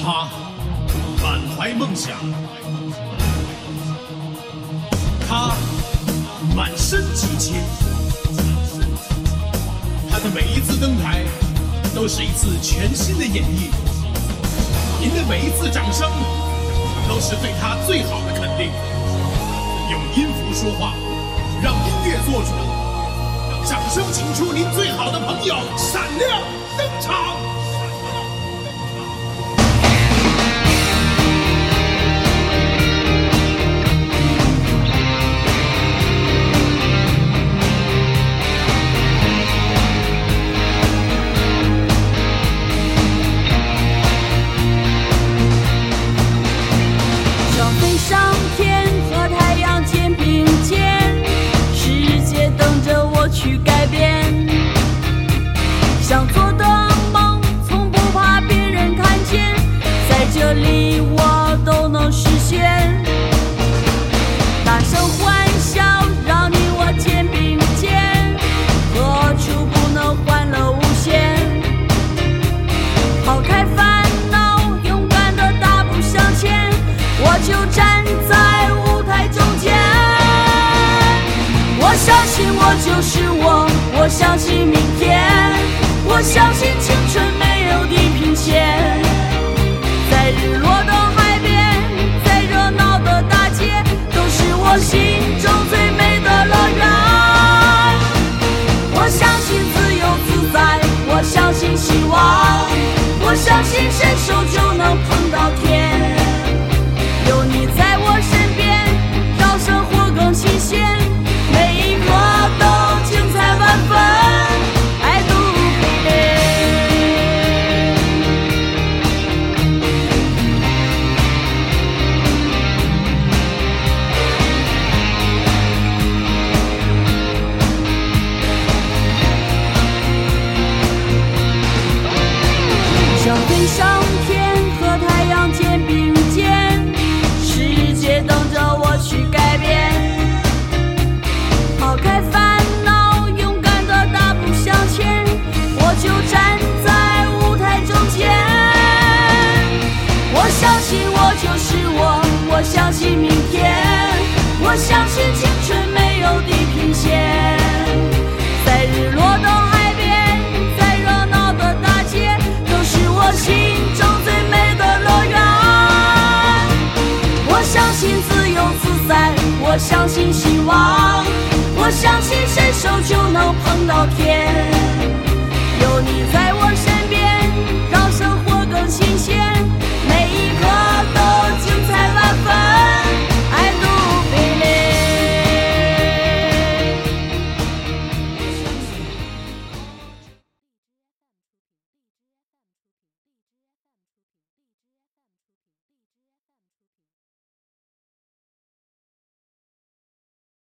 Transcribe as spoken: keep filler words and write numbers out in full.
他满怀梦想，他满身激情，他的每一次登台都是一次全新的演绎。您的每一次掌声都是对他最好的肯定。用音符说话，让音乐做主。掌声请出您最好的朋友闪亮登场。 想飞上天，和太阳肩并肩，世界等着我去改变。想做的梦，从不怕别人看见，在这里我都能实现。大声欢笑，让你我肩并肩，何处不能欢乐无限？抛开烦恼，勇敢地大步向前，我就站在舞台中间。我相信我就是我，我相信明天，我相信青春没有地平线。在日落的海边，在热闹的大街，都是我心中最美的乐园。我相信自由自在，我相信希望，我相信伸手就能碰到天。有你在我身边，让生活更新鲜，每一刻都精彩万分。I do believe。想飞上天，和太阳肩并肩，世界等着我去改变。抛开烦恼，勇敢地大步向前，我就站在舞台中间。我相信我就是我，我相信明天，我相信青春没有地平线。在日落的海边，在热闹的大街，都是我心中最美的乐园。我相信自由自在，我相信希望，我相信伸手就能碰到天。